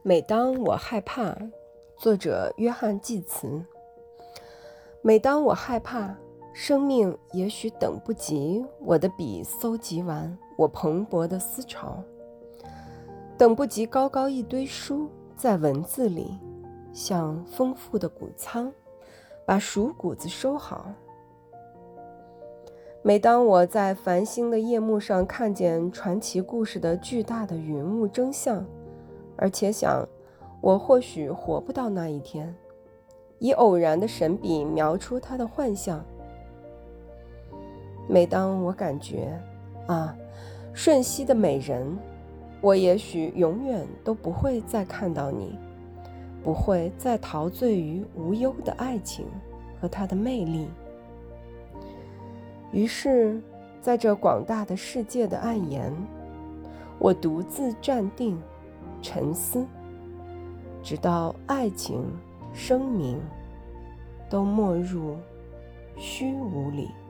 每当我害怕，作者约翰·济慈。每当我害怕，生命也许等不及我的笔搜集完我蓬勃的思潮，等不及高高一堆书在文字里像丰富的谷仓把熟谷子收好。每当我在繁星的夜幕上看见传奇故事的巨大的云雾真相，而且想我或许活不到那一天，以偶然的神笔描出它的幻象。每当我感觉瞬息的美人，我也许永远都不会再看到你，不会再陶醉于无忧的爱情和它的魅力。于是在这广大的世界的暗岩，我独自站定沉思，直到爱情生命都没入虚无里。